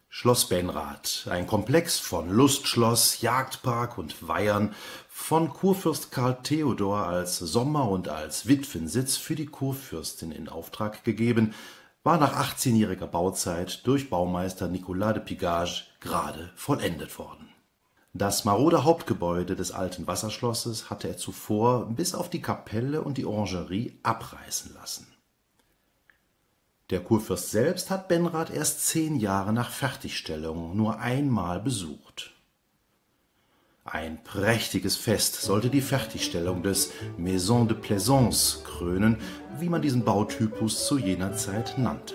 Schloss Benrath, ein Komplex von Lustschloss, Jagdpark und Weihern, von Kurfürst Karl Theodor als Sommer- und als Witwensitz für die Kurfürstin in Auftrag gegeben, war nach 18-jähriger Bauzeit durch Baumeister Nicolas de Pigage gerade vollendet worden. Das marode Hauptgebäude des alten Wasserschlosses hatte er zuvor bis auf die Kapelle und die Orangerie abreißen lassen. Der Kurfürst selbst hat Benrath erst 10 Jahre nach Fertigstellung nur einmal besucht. Ein prächtiges Fest sollte die Fertigstellung des Maison de Plaisance krönen, wie man diesen Bautypus zu jener Zeit nannte.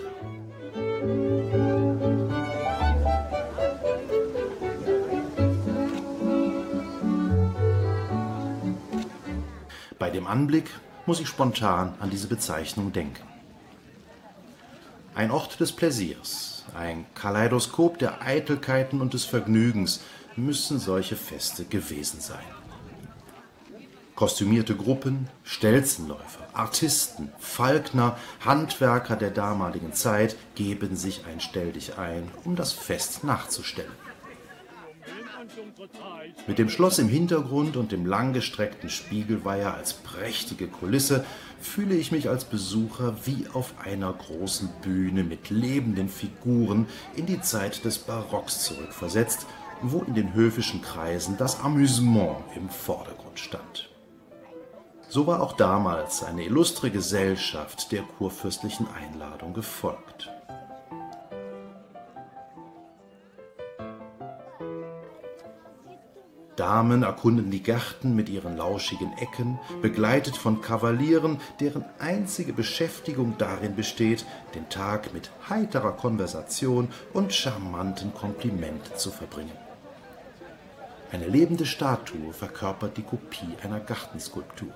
Bei dem Anblick muss ich spontan an diese Bezeichnung denken. Ein Ort des Pläsiers, ein Kaleidoskop der Eitelkeiten und des Vergnügens müssen solche Feste gewesen sein. Kostümierte Gruppen, Stelzenläufer, Artisten, Falkner, Handwerker der damaligen Zeit geben sich ein Stelldichein, um das Fest nachzustellen. Mit dem Schloss im Hintergrund und dem langgestreckten Spiegelweiher als prächtige Kulisse fühle ich mich als Besucher wie auf einer großen Bühne mit lebenden Figuren in die Zeit des Barocks zurückversetzt, wo in den höfischen Kreisen das Amüsement im Vordergrund stand. So war auch damals eine illustre Gesellschaft der kurfürstlichen Einladung gefolgt. Damen erkunden die Gärten mit ihren lauschigen Ecken, begleitet von Kavalieren, deren einzige Beschäftigung darin besteht, den Tag mit heiterer Konversation und charmanten Komplimenten zu verbringen. Eine lebende Statue verkörpert die Kopie einer Gartenskulptur.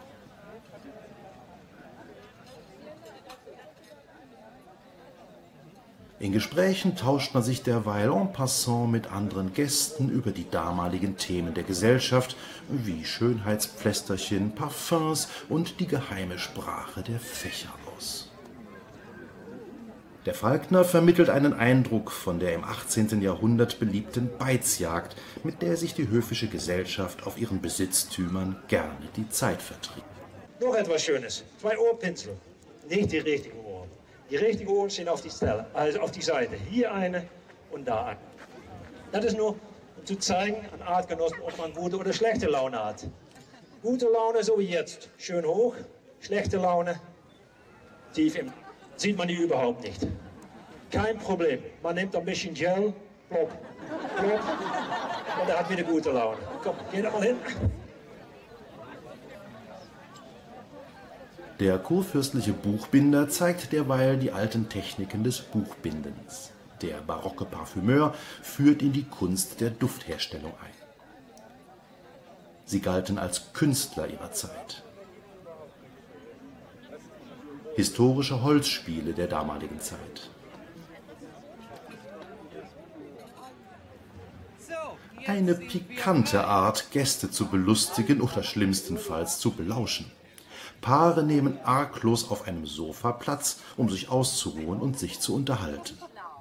In Gesprächen tauscht man sich derweil en passant mit anderen Gästen über die damaligen Themen der Gesellschaft, wie Schönheitspflästerchen, Parfums und die geheime Sprache der Fächer aus. Der Falkner vermittelt einen Eindruck von der im 18. Jahrhundert beliebten Beizjagd, mit der sich die höfische Gesellschaft auf ihren Besitztümern gerne die Zeit vertrieb. Noch etwas Schönes. 2 Ohrpinsel. Nicht die richtigen Ohren. Die richtigen Ohren stehen auf die Stelle, also auf die Seite. Hier eine und da eine. Das ist nur, um zu zeigen an Artgenossen, ob man gute oder schlechte Laune hat. Gute Laune, so wie jetzt, schön hoch. Schlechte Laune, tief im... Sieht man die überhaupt nicht. Kein Problem. Man nimmt ein bisschen Gel, plopp, plopp, und er hat wieder gute Laune. Komm, geh da mal hin. Der kurfürstliche Buchbinder zeigt derweil die alten Techniken des Buchbindens. Der barocke Parfümeur führt in die Kunst der Duftherstellung ein. Sie galten als Künstler ihrer Zeit. Historische Holzspiele der damaligen Zeit. Eine pikante Art, Gäste zu belustigen oder schlimmstenfalls zu belauschen. Paare nehmen arglos auf einem Sofa Platz, um sich auszuruhen und sich zu unterhalten.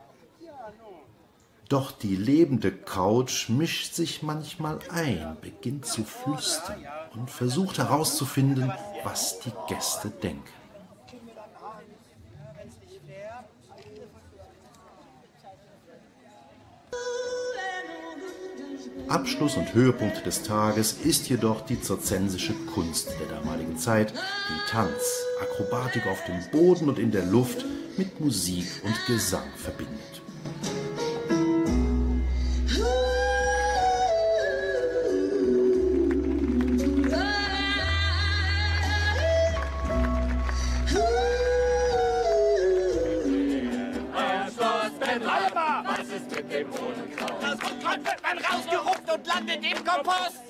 Doch die lebende Couch mischt sich manchmal ein, beginnt zu flüstern und versucht herauszufinden, was die Gäste denken. Abschluss und Höhepunkt des Tages ist jedoch die zirzensische Kunst der damaligen Zeit, die Tanz, Akrobatik auf dem Boden und in der Luft mit Musik und Gesang verbindet. Was ist mit dem Bohnenkraut? Das Rückgrat wird man rausgerupft und landet im Kompost.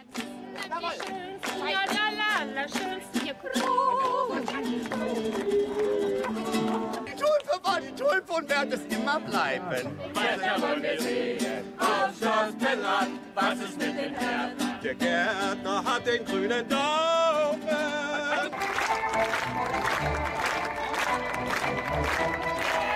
Ja, der allerschönste Die Tulpe war die Tulpe und wird es immer bleiben. Weiter wollen wir sehen, auf Schloss Benrath, was ist mit dem Gärtner? Der Gärtner hat den grünen Daumen.